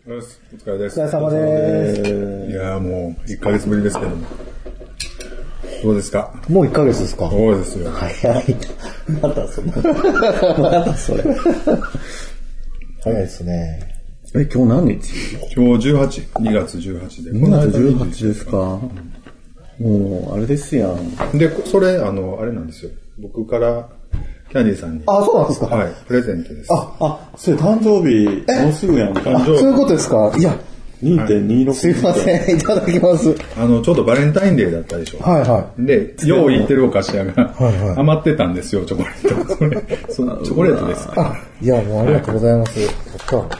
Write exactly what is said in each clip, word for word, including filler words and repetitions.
お疲れです。 お疲れ様です。 いやーもういっかげつぶりですけども。どうですか？ もういっかげつですか？ そうですよ。 早い。またそれ。またそれ。早いですね。 え、今日何日？ 今日じゅうはち、にがつじゅうはちで。 にがつじゅうはちですか。もう、あれですやん。 で、それ、あの、あれなんですよ。僕から、キャンディーさんに。 あ、そうなんですか？ はい、プレゼントです。 あ、あ、それ誕生日、もうすぐやんか。 あ、そういうことですか？いや、 にてんにろく。 すいません、いただきます。 あの、ちょうどバレンタインデーだったでしょ。 はいはい。 で、よう言ってるお菓子屋がはいはい余ってたんですよ、チョコレート。それ、そのチョコレートです。 あ、いや、もうありがとうございます。やった。ありがと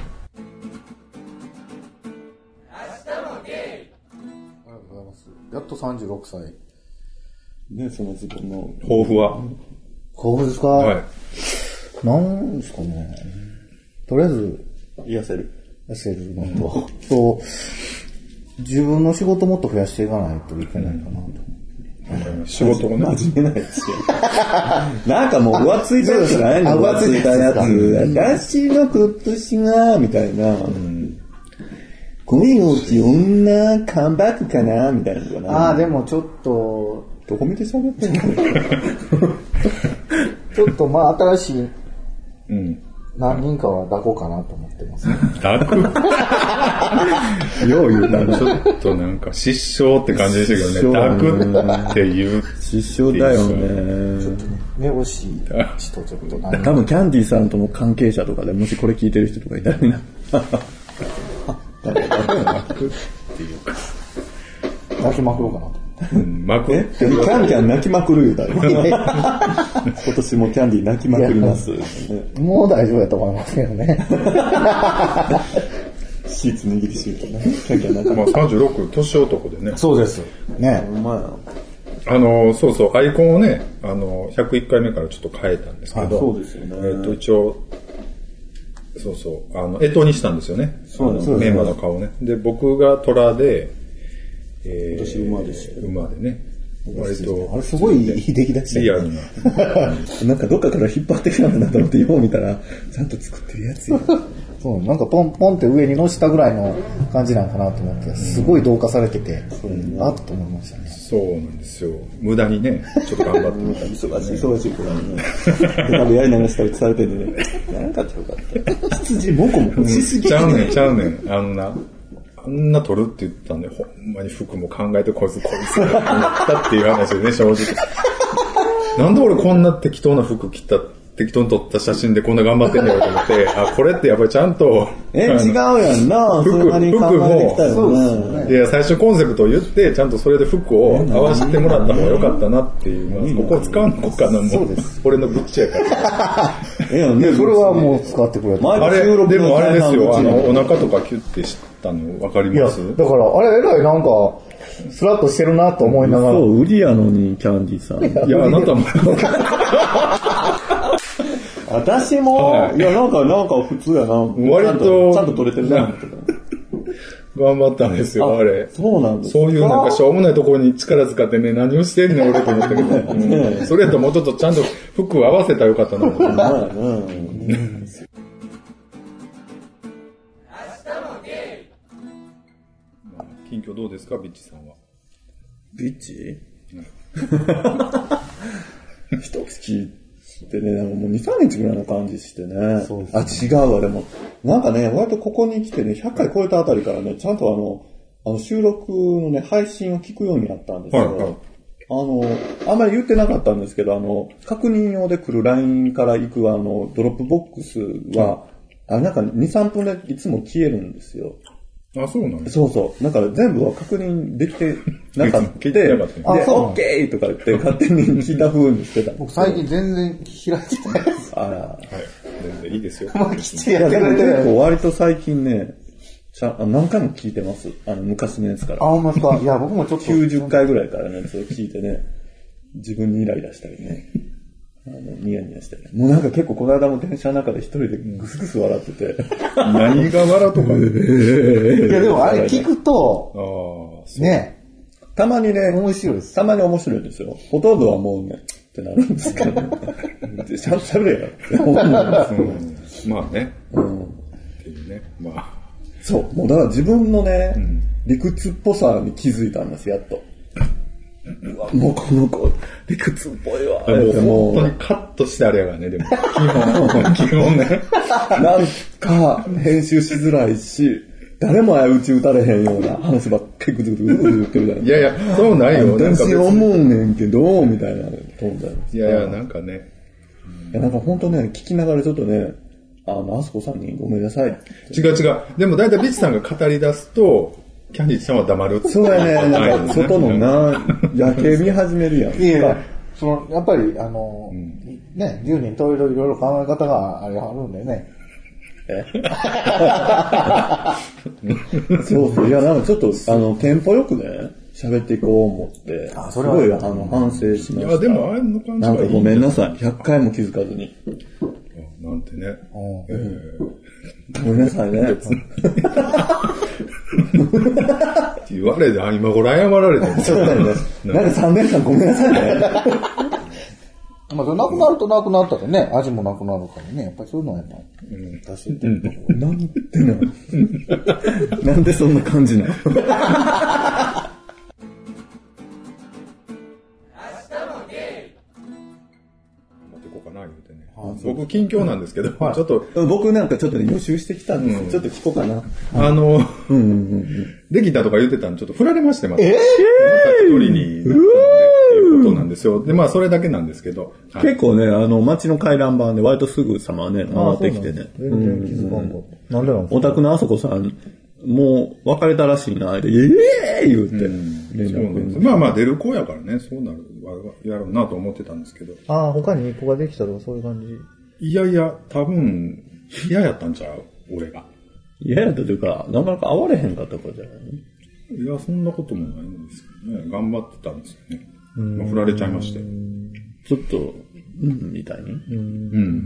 うございます。やっとさんじゅうろくさい。 ね、その自分の。 抱負は？ 抱負ですか？ はい。 なんですかね。とりあえず、 癒せる。 痩せるのと、と、自分の仕事もっと増やしていかないといけないかなと。 仕事をね。 真面目なやつよ。なんかもう浮ついたやつじゃないの？浮ついたやつ。私の今年が、みたいな。恋多き女、頑張るかなみたいなのかな。 ああ、でもちょっと、 どこ見て喋ってんの？ ちょっとまあ新しい、 うん。 何人かは抱こうかなと思ってます。 抱くよう言うたらちょっとなんか失笑って感じでしたけどね。抱くっていう。 失笑だよね。 ちょっとね、目惜しい人ちょっと何人か。 多分キャンディーさんとの関係者とかでもしこれ聞いてる人とかいたらいいな。 抱くっていうか。 泣きまくろうかなと。 うん、巻く。 えキャンキャン泣きまくる言うたら。今年もキャンディー泣きまくります。 もう大丈夫だと思いますけどね。 シーツ握りしめてね。キャンキャン泣きままあさんじゅうろく、年男でね。 そうです。ね。 お前あの、そうそう、アイコンをね、あの、ひゃくいっかいめからちょっと変えたんですけど。 そうですよね。 えっと、一応、そうそう、あの、干支にしたんですよね。 そうですメンバーの顔ね。で、僕が虎で、 えー、今年馬でした。 馬でね。割と。 あれすごいいい出来だした。 リアルな。 なんかどっかから引っ張ってきたんだと思って、よう見たら、ちゃんと作ってるやつよ。 そう、なんかポンポンって上に乗せたぐらいの感じなんかなと思って、すごい同化されてて、うん、あっと思いましたね。 そうなんですよ。無駄にね、ちょっと頑張ってみた。 忙しい、忙しい子なのね。多分やりながらしたりされてるね。なんかちゃうかった。羊もこもこしすぎちゃうねん、ちゃうねん。あんな。あんな撮るって言ったんで、ほんまに服も考えてこいつこいつがったっていう話でね、正直。なんで俺こんな適当な服着た、適当に撮った写真でこんな頑張ってんのよと思って、あ、これってやっぱりちゃんと。 え、違うやんな。 服、服も、 そういや、最初コンセプトを言って、ちゃんとそれで服を合わせてもらった方が良かったなっていう、ここ使うのかな、もう。俺のグッチやから。 えやんね、 それはもう使ってくれた。 あれ、でもあれですよ、あの、お腹とかキュッてしたの分かります？ だから、あれ、えらいなんか、スラッとしてるなと思いながら。 そう、売りやのに、キャンディーさん。 いや、あなたも。 私も、はい、いや、なんか、なんか普通やな。 割と、 ちゃんと撮れてるな。 頑張ったんですよ、あれ。 そうなんです。 そういうなんかしょうもないところに力使ってね、何をしてんねん俺と思ったけど、うん、それともうちょっとちゃんと服を合わせたらよかったな。近況どうですか、ビッチさんは。 ビッチ？一月ってね、なんかもうに、さんにちぐらいの感じしてね。そうですね。あ、違うわ、でも。なんかね、割とここに来てね、ひゃっかい超えたあたりからね、ちゃんとあの、あの収録のね、配信を聞くようになったんですけど、はいはい、あの、あんまり言ってなかったんですけど、あの、確認用で来る ライン から行くあの、ドロップボックスは、うん、あなんかに、さんぷんでいつも消えるんですよ。 あ、そうなんですか？ そうそう。だから全部は確認できてなかった。で、オッケーとか言って勝手に聞いた風にしてた。 僕最近全然開いてないです。 あら。 はい。全然いいですよ。 まあ、きちやってくれてる。 結構割と最近ね、ちゃ何回も聞いてます。あの、昔のやつから。 あ、ほんまですか？いや、僕もちょっと。 きゅうじゅっかいぐらいからね、それ聞いてね、自分にイライラしたりね。あの、ニヤニヤしてね。もうなんか結構この間も電車の中で一人でグスグス笑ってて。 何が笑とかね。 いやでもあれ聞くと、あね。 たまにね、 面白いです。 たまに面白いんですよ。ほとんどはもうね、ってなるんですけど、ね。ちゃんと喋れよって思うんです。 うん、まあね。うん。っていうね。まあ。 そう。もうだから自分のね、うん、理屈っぽさに気づいたんです、やっと。うわもうこの子、理屈っぽいわ。 もう本当にカットしてあれやからね、でも。基本、基本ね。 なんか、編集しづらいし、誰も相打ち打たれへんような話ばっかりグツグツグツグツ言ってるじゃない。 いやいや、そうないよ。 私思うねんけど、みたいな飛んだよ。 いやいや、なんかね。 いや、なんか本当ね、聞きながらちょっとね、あの、あすこさんにごめんなさい。 違う違う。でも大体ビッチさんが語り出すと、キャンディーさんは黙る。 そうやね、なんか外のな、夜景見始めるやん。 いやいや、その、やっぱり、あの、うん、ね、じゅうにんといろいろ考え方があれあるんだよね。 えそうそう。いや、なんかちょっと、あの、テンポよくね、喋っていこう思って、あそれはすごい、あの、反省しました。いや、 でもあれの感じなんかごめんなさい。ひゃっかいも気づかずに。 なんてね。 えー、ごめんなさいね。 って言われて、今頃謝られてる。 そうだよね。なんかさんねんかんごめんなさいね。 まあ、なくなるとなくなったらね、味もなくなるからね、やっぱりそういうのはやっぱ、うん、出してて。 なんでなのなんでそんな感じなの僕近況なんですけど、はい、ちょっと僕なんかちょっとね予習してきたんですよ、うん、ちょっと聞こうかな。 あの、うんうんうん、できたとか言ってたのちょっと振られましてます。えー、また一人になったのでっていうことなんですよ。でまあそれだけなんですけど、 結構ねあの街の回覧板で割とすぐさまね回ってきてね。 全然気づかんかった。なんでなんですか。 お宅のあそこさんもう別れたらしいなで、ええー言って、うん、 そうなんです。まあまあ出る子やからね、そうなるやろうなと思ってたんですけど。 ああ、他に子ができたとかそういう感じ。 いやいや、多分嫌やったんちゃう、俺が。 嫌やったというか、なかなか会われへんかったからじゃないいや、そんなこともないんですけどね。頑張ってたんですよね。まあ、振られちゃいまして。 ちょっと、うん、みたいに。 うん、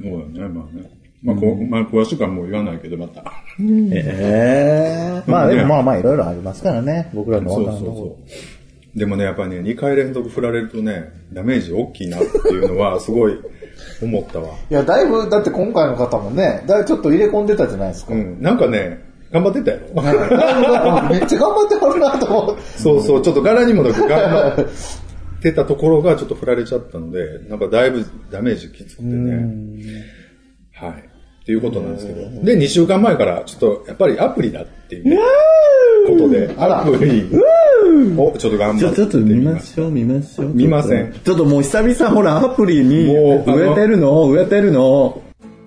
そうだね、まあね。まあ、こう、まあ、詳しくはもう言わないけど、また。 ええー。まあ、でもまあまあ、いろいろありますからね。僕らの分からんところ。そうそうそう。でもね、やっぱりね、にかい連続振られるとね、ダメージ大きいなっていうのは、すごい思ったわ。いや、だいぶ、だって今回の方もね、だいぶちょっと入れ込んでたじゃないですか。うん。なんかね、頑張ってたよ。めっちゃ頑張ってはるなと思って。そうそう、ちょっと柄にもだけ頑張ってたところがちょっと振られちゃったので、なんかだいぶダメージきつくてね。はい。っていうことなんですけど。で、にしゅうかんまえからちょっとやっぱりアプリだっていうことで、アプリをちょっと頑張って。 ちょっと見ましょう、見ましょう。 見ません。 ちょっともう久々ほらアプリに植えてるの、植えてるの。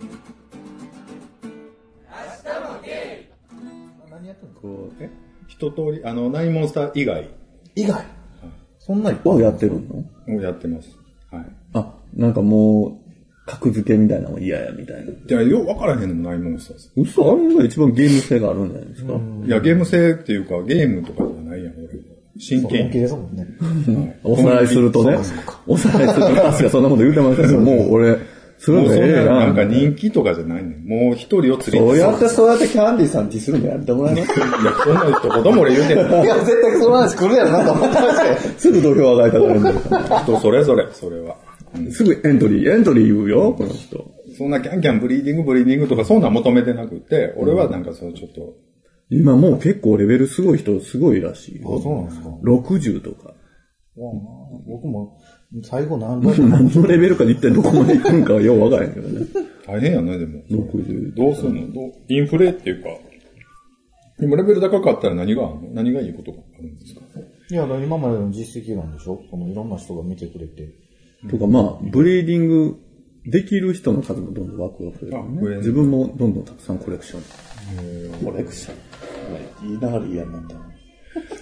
何やってんの？こう、え？一通り、あの、ナインモンスター以外。 以外？そんなにやってるの？ もうやってます。はい。 あ、なんかもう、格付けみたいなのも嫌やみたいな。いや、よう分からへんのもないモンスターです。 嘘？あれが一番ゲーム性があるんじゃないですか。 いや、ゲーム性っていうか、ゲームとかじゃないやん、俺。真剣。 本気ですもんね。 おさらいするとね。おさらいすると、確かそんなこと言うてましたけど、もう俺、それもええな。 なんか人気とかじゃないねん。もう一人を釣りそうやってそうやってキャンディーさんディスるのやめてもらえます？いや、 そんな一言も俺言うてない。 いや、絶対その話来るやろなと思ってましたよ。 すぐ土俵上がりたがるんだ人それぞれ、それは。 すぐエントリー、エントリー言うよ、この人。 そんなキャンキャンブリーディング、ブリーディングとかそんなん求めてなくて、俺はなんかそのちょっと。 今もう結構レベルすごい人すごいらしいよ。 あ、そうなんですか。 ろくじゅうとか。 僕も最後何何のレベルかで一体どこまで行くんかはようわからへんけどね。 大変やね、でも。 ろくじゅう。 どうするの？どうインフレっていうか。今レベル高かったら何があるの？何がいいことがあるんですか？ いや、今までの実績なんでしょ？そのいろんな人が見てくれて。 とかまあ、ブリーディングできる人の数もどんどん枠が増える、ね。自分もどんどんたくさんコレクション。コレクション。言いながら嫌になった。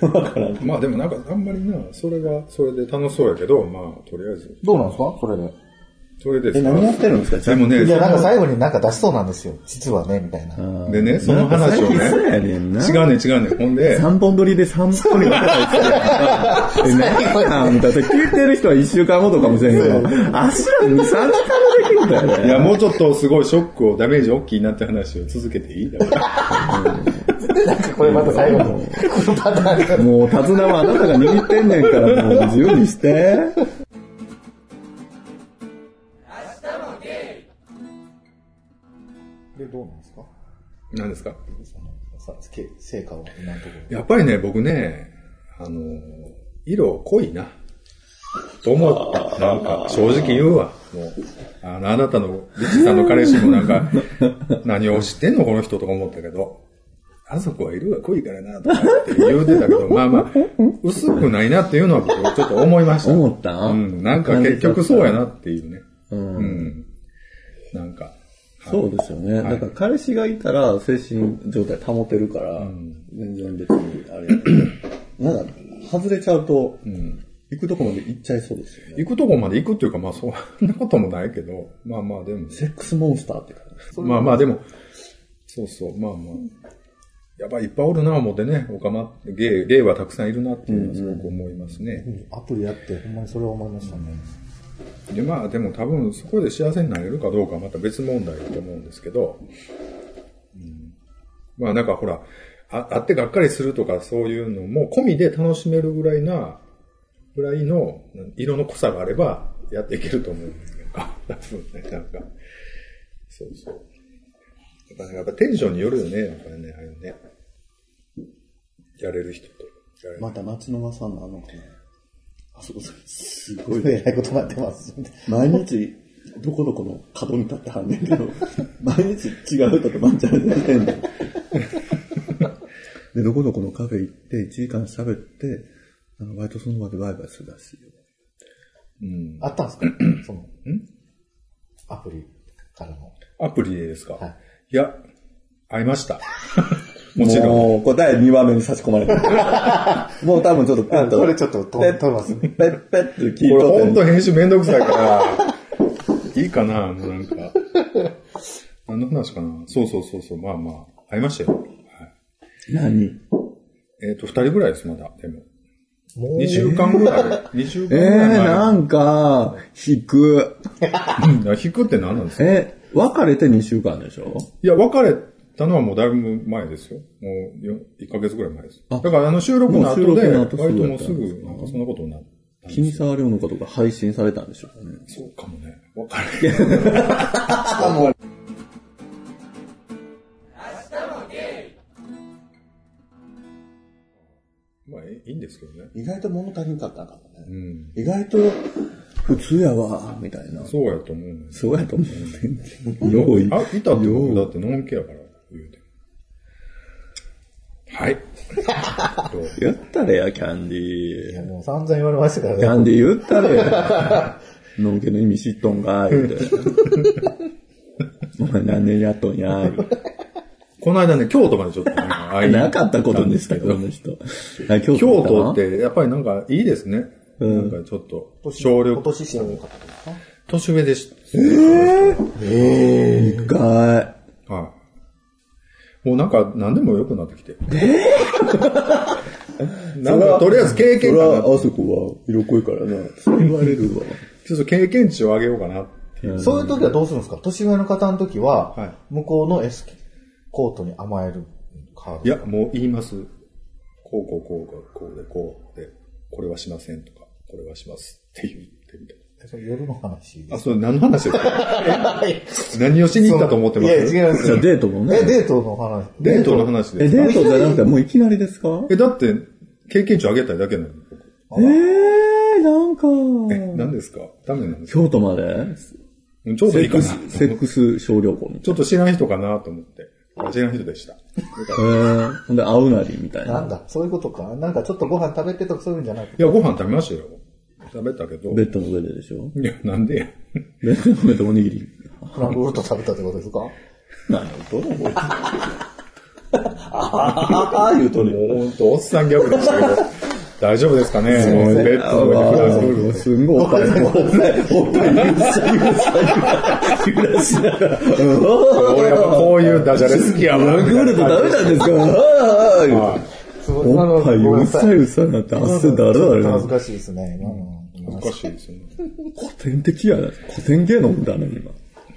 わからん。 まあでもなんかあんまりな、それがそれで楽しそうやけど、まあとりあえず。 どうなんですかそれで。 それですか。え、何やってるんですかでもね、 いやなんか最後になんか出しそうなんですよ。実はね、みたいな。 でね、その話をね。違うね、違うね。ほんで。 三本撮りで三本撮り分けたりして。え、何なんだって聞いてる人は一週間ごとかもしれんけど、足は二、三時間でできるんだよね。 いや、もうちょっとすごいショックを、ダメージ大きいなって話を続けていいだから。 なんかこれまた最後の、このパターン。 もう、手綱はあなたが握ってんねんから、もう自由にして。 で、どうなんですか？ 何ですか？ 成果は今のところ。 やっぱりね、僕ね、あの、色濃いな。と思った。なんか、正直言うわ。もう、あの、あなたの、リッチさんの彼氏もなんか、何を知ってんのこの人とか思ったけど、あそこは色が濃いからな、とかって言うてたけど、まあまあ、薄くないなっていうのは僕ちょっと思いました。 思った？ うん。なんか結局そうやなっていうね。うん。うん、なんか。 そうですよね。はい、だから彼氏がいたら精神状態保てるから、うん、全然別にあれなんか外れちゃうと、うん、行くとこまで行っちゃいそうですよね。 行くとこまで行くっていうか、まあそんなこともないけど、まあまあでも。 セックスモンスターって感じ。 まあまあでも、そうそう、まあまあ。やっぱりいっぱいおるな思ってね、おかま、ゲイ、ゲイはたくさんいるなっていうのはすごく思いますね。 うんうん、アプリやってほんまにそれは思いましたね。 で、まあでも多分そこで幸せになれるかどうかはまた別問題だと思うんですけど、うん、まあなんかほら、あ、あってがっかりするとかそういうのも込みで楽しめるぐらいな、ぐらいの色の濃さがあればやっていけると思うんですけど、あ、多分ね、なんか、そうそう。やっぱ、やっぱテンションによるよね、やっぱりね、ああいうね。やれる人と。 また松永さんのあの子ね。あ、そうそう。すごい偉いことなってます。 毎日、どこどこの角に立ってはんねんけど、毎日違う人とマンチャーでてんねん。で、どこどこのカフェ行っていちじかん喋って、あの、バイトその場でバイバイするらしいよ。 うん。あったんですかその、んアプリからの。 アプリですか？ はい。 いや、会いました。もちろん。 もう、これだいにわめに差し込まれてる。もう多分ちょっと、 あこれちょっと飛びますね。 ペッペッって聞いて。 これほんと編集めんどくさいから、いいかな、もうなんか。何の話かな。そうそうそうそう、まあまあ、会いましたよ。はい、 何えっと、二人ぐらいです、まだ、でも。二週間ぐらい。二週間ぐらい。 えー、なんか、引く。 引くって何なんですか？ え、別れて二週間でしょ？ いや、別れたのはもうだいぶ前ですよ。もういっかげつぐらい前です。だからあの収録の後で、割ともうすぐ、なんかそんなことになった。 気に障るようなことが配信されたんでしょうね。 そうかもね。わかる。明日もゲイ。まあ、いいんですけどね。 意外と物足りんかったんかもね。 うん、 意外と普通やわ、みたいな。 そうやと思う、ね。 そうやと思うね。 よい。あ、いたって僕だってノンケやから、言うて。はい。 言ったれや、キャンディー。 いや、もう散々言われましたからね。 キャンディー言ったれや。のんけの意味知っとんか、言うて。お前何年やっとんや、言うて。 この間ね、京都までちょっと、ね、 会いなかったことですけど、この人。 京都って、やっぱりなんかいいですね。うん、なんかちょっと、少量。 今年下の方ですか？ 年上でした。 えぇ、ー、えー、意外。 はい。もうなんか何でも良くなってきて。えー、なんかとりあえず経験かな。そら、あそこは色濃いからな。そう言われるわ。 ちょっと経験値を上げようかなっていう。 そういう時はどうするんですか？年上の方の時は、はい、向こうの S コートに甘えるカード。 いや、もう言います。こうこうこうこうでこうで、これはしませんとか、これはしますって言ってみたいな。 それ夜の話あ、それ何の話ですか？何をしに行ったと思ってます？ いや、違います。 じゃあデートもね。 え、デートの話。 デートの話です。 え、デートじゃなくてもういきなりですか？ え、だって、経験値上げたいだけなの。 えー、なんか。 え、何ですか？ダメなんですか？京都までちょうどいいかな。 セックス小旅行。 ちょっと知らん人かなと思って。知らん人でした。 えー、ほんで、会うなりみたいな。 なんだ、そういうことか。なんかちょっとご飯食べてとかそういうんじゃなくて。 いや、ご飯食べましたよ。食べたけど。 ベッドの上ででしょ？ いや、なんでや。 ベッドの上でおにぎり。 フランクフルト食べたってことですか？ 何をどうも。ああ、言うとる。 もうほんと、おっさんギャグでしたけど。大丈夫ですかね？ベッドの上でフランクフルト。 すんごいおっぱい、おっぱい、おっぱい、ゆっさゆっさゆらしながら。 俺はこういうダジャレ好きやわ。 フランクフルト食べたんですか？ああ、おっぱいゆっさゆっさになって汗だらだら。 恥ずかしいですね。 恥ずかしいですよね。 古典的やな。古典芸能だね、今。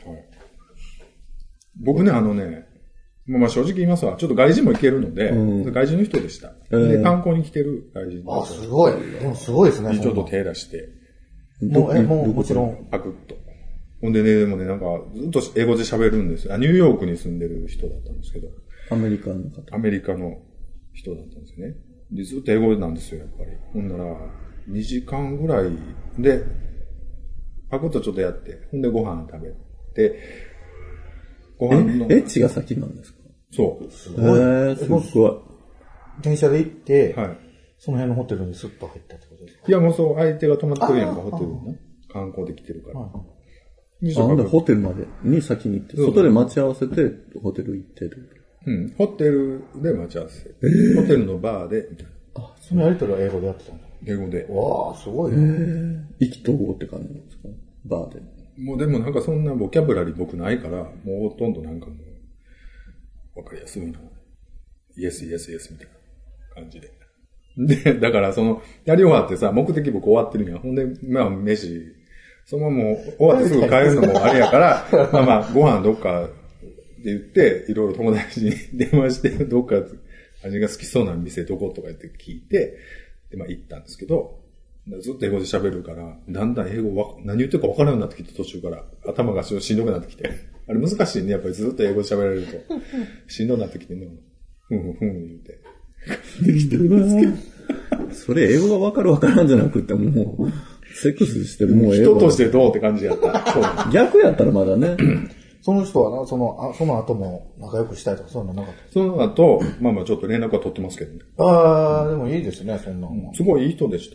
僕ね、あのね、まあ正直言いますわ。ちょっと外人も行けるので、うん、外人の人でした。えー、で、観光に来てる外人の人。 あ、すごい。でもすごいですね。 ちょっと手出して。 もう、え、もうもちろん。 パクッと。 ほんでね、でもね、なんか、ずっと英語で喋るんですよ。ニューヨークに住んでる人だったんですけど。 アメリカの方。 アメリカの人だったんですよね。で、ずっと英語なんですよ、やっぱり。ほんなら、にじかんぐらいで、パクッとちょっとやって、ほんでご飯食べて、ご飯の。 エッチが先なんですか？ そう。 すごい。へー、すごい。 電車で行って、 はい。 その辺のホテルにスッと入ったってことですか？ いや、もうそう、相手が泊まってるやんか、ホテルにな。観光で来てるから。 あ、なんでホテルまでに先に行って、外で待ち合わせてホテル行ってる。 うん。ホテルで待ち合わせ。えー、ホテルのバーで、みたいな。 あ、そのやりとりは英語でやってたんだ。 英語で。 わあ、すごいね。 意気投合って感じなんですか？バーで。 もうでもなんかそんなボキャブラリー僕ないから、もうほとんどなんかもう、わかりやすいの。イエスイエスイエスみたいな感じで。で、だからその、やり終わってさ、目的僕終わってるんや。ほんで、まあ飯、そのままもう終わってすぐ帰るのもあれやから、まあまあご飯どっかで言って、いろいろ友達に電話して、どっか味が好きそうな店どことか言って聞いて、で、まあ行ったんですけど、ずっと英語で喋るから、だんだん英語わ、何言ってるか分からなくなってきて途中から、頭がしんどくなってきて。あれ難しいね、やっぱりずっと英語で喋られると。しんどくなってきてね、ふんふんふん言うて。 できてるなそれ英語が分かる分からんじゃなくて、もう、セックスしてもう英語。 人としてどうって感じやった。そう逆やったらまだね。 その人はな、その、あその後も仲良くしたいとかそういうのなかった？ その後、まあまあちょっと連絡は取ってますけどね。 ああ、でもいいですね、そんなの、 うん。すごいいい人でした。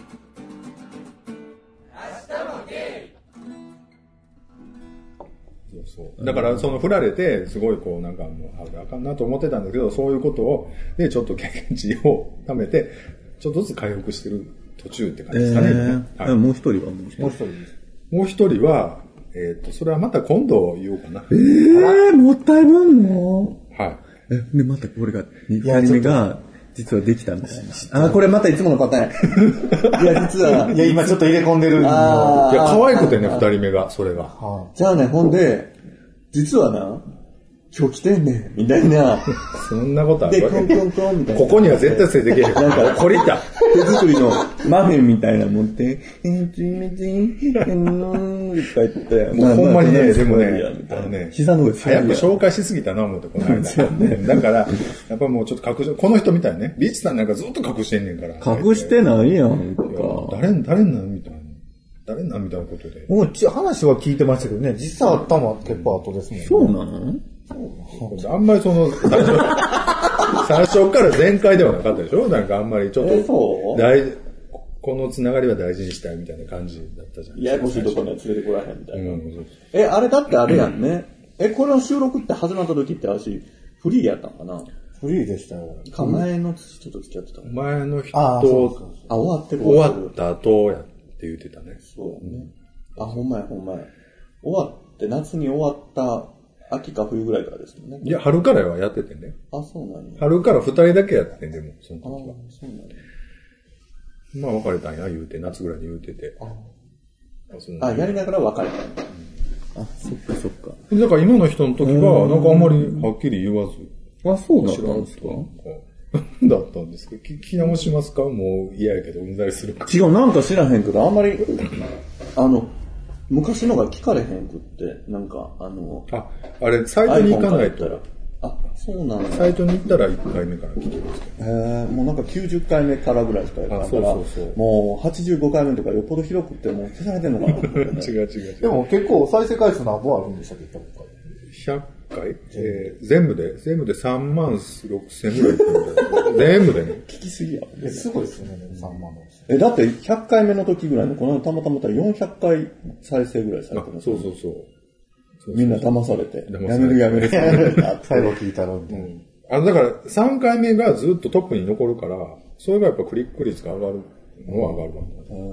そうそう。だからその振られて、すごいこうなんかもう、あかんなと思ってたんだけど、そういうことを、で、ちょっと経験値を貯めて、ちょっとずつ回復してる途中って感じですかね。 えーはい、もう一人はもう一人。 もう一人です。 もう一人は、えっと、それはまた今度言おうかな。 ええー、もったいぶんの？ はい。 え、で、またこれが、にかいめが、実はできたみたいな。あ、これまたいつものパターン。いや、実は。 いや、今ちょっと入れ込んでるんで。いや、 可愛くてね、二人目が、それが。 はい、じゃあね、ほんで、実はな、今日来てんねん、みたいな。 そんなことあるわけで、コンコンコンみたいな。 ここには絶対ついてけへん。なんか、こりた。 手作りのマフィンみたいなの持って、えー、ちめちん、えー、いっぱい言って。 もうほんまにね、でもね、あのね、 膝の上早く紹介しすぎたな、思って、この間。だから、やっぱもうちょっと隠し、この人みたいね、リッチさんなんかずっと隠してんねんから。 隠してないやんか。 誰、誰なんみたいな。誰なんみたいなことで。 もうち話は聞いてましたけどね、実際あったのは結構後ですもんね。 そうなの？ あんまりその、最初、最初から全開ではなかったでしょ？なんかあんまりちょっと、大事、このつながりは大事にしたいみたいな感じだったじゃん。 ややこしいとこには連れてこらへんみたいな。うん、え、あれだってあれやんね。え、これの収録って始まった時って私、フリーやったのかな？ フリーでしたよ。 前の人と付き合ってたの？ 前の人と、 あ、終わってる終わった後やって言ってたね。 そうやね。あ、ほんまやほんまや。終わって、夏に終わった秋か冬ぐらいからですよね。 いや、春からはやっててね。 あ、そうなんや。 春から二人だけやってんでも、その時は。 あ、そうなんや。 まあ別れたんや、言うて、夏ぐらいに言うてて。あ、 あ、やりながら別れたんや。あ、そっかそっか。 だから今の人の時は、なんかあんまりはっきり言わず。 あ、そうだったんですか？ だったんですけど、聞き直しますか？もう嫌やけど、うんざりするか。 違う、なんか知らへんけど、あんまり、あの、昔のが聞かれへんくって、なんか、あの、 あ、あれ、サイトに行かないと。 あ、そうなんだ。 サイトに行ったらいっかいめから聞けますけど。 へえ、もうなんかきゅうじゅっかいめからぐらいしかやらないから、そうそうそう、もうはちじゅうごかいめとかよっぽど広くってもう消されてんのかな、ね、違う違う違う。 でも結構再生回数何本あるんでしたっけ？ ひゃっかい、えー、全部で、全部でさんまんろくせんぐらい全部でね。 聞きすぎや。 え、すごいですよね、さんまんろくせん。え、だってひゃっかいめの時ぐらいの、このたまたまたよんひゃっかい再生ぐらいされてます。 そうそうそう。 みんな騙されて。やめるやめる。 最後聞いたら、みたいな。 うん。あの、だからさんかいめがずっとトップに残るから、それがやっぱクリック率が上がるのは上がるわけだ、ね。うん。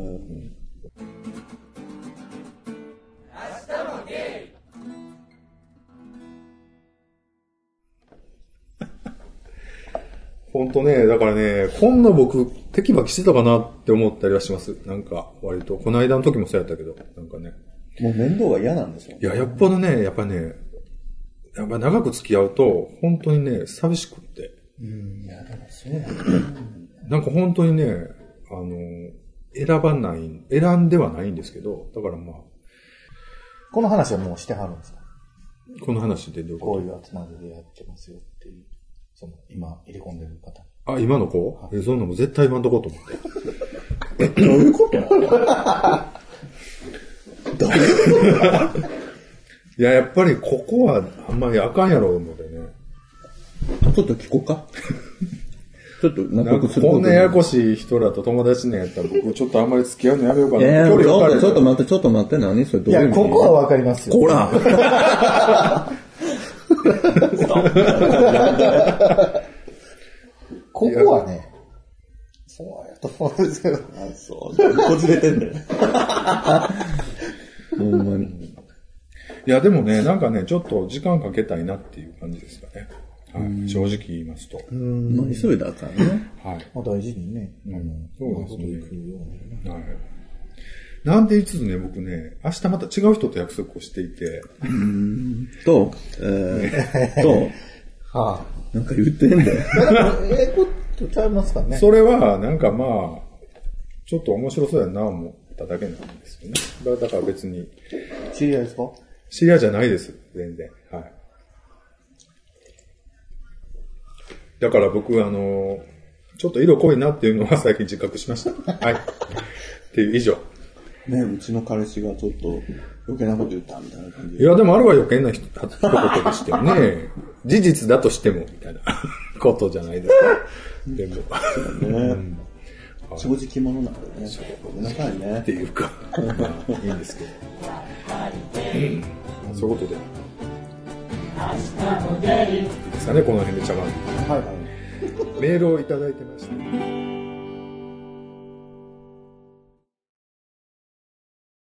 ほんとね、だからね、こんな僕、テキパキしてたかなって思ったりはします。なんか、割と。この間の時もそうやったけど、なんかね。 もう面倒が嫌なんですよ。 いや、やっぱね、やっぱね、やっぱ長く付き合うと、本当にね、寂しくって。 うん、いや、でもそうなんだ。 なんか本当にね、あの、選ばない、選んではないんですけど、だからまあ、 この話はもうしてはるんですか？ この話でどういうこういう集まりでやってますよっていう、その、今入れ込んでる方。 あ、今の子、はい、え、そんなの絶対言わんとこうと思って。 え、どういうことどういうこといや、やっぱりここはあんまりあかんやろうのでね。 ちょっと聞こうか。ちょっと納得する。 こんなややこしい人らと友達ねやったら僕ちょっとあんまり付き合うのやめようかな。 えー、距離分かる。ちょっと待って、ちょっと待って、何それどういう意味？ いや、ここはわかりますよ。 こらここはね、そうやと思うんですけど。 あ、そう。こじれてんだよ。ほんまに。 いや、でもね、なんかね、ちょっと時間かけたいなっていう感じですかね。はい、正直言いますと。 うん。まあ、急いだからね。 はい。 まあ、大事にね。 うん。そうですね。はい。なんて言いつつね、僕ね、明日また違う人と約束をしていて。 うーん。と、えー、と、 はあ。 なんか言ってんだよ。 ええことちゃいますかね。 それは、なんかまあ、ちょっと面白そうやなと思っただけなんですよね。だから別に。 知り合いですか？ 知り合いじゃないです。全然。はい。だから僕、あの、ちょっと色濃いなっていうのは最近自覚しました。はい。っていう以上。 ね、うちの彼氏がちょっと余計なこと言ったみたいな感じで。 いや、でもあれは余計な一言でしてもね、事実だとしても、みたいなことじゃないですか。でも。 そうね。うん正直者なんでね。ごめんなさいね。 っていうか、まあ、いいんですけど。うん、そういうことで。いいですかね、この辺で茶番。 はいはい。 メールをいただいてました。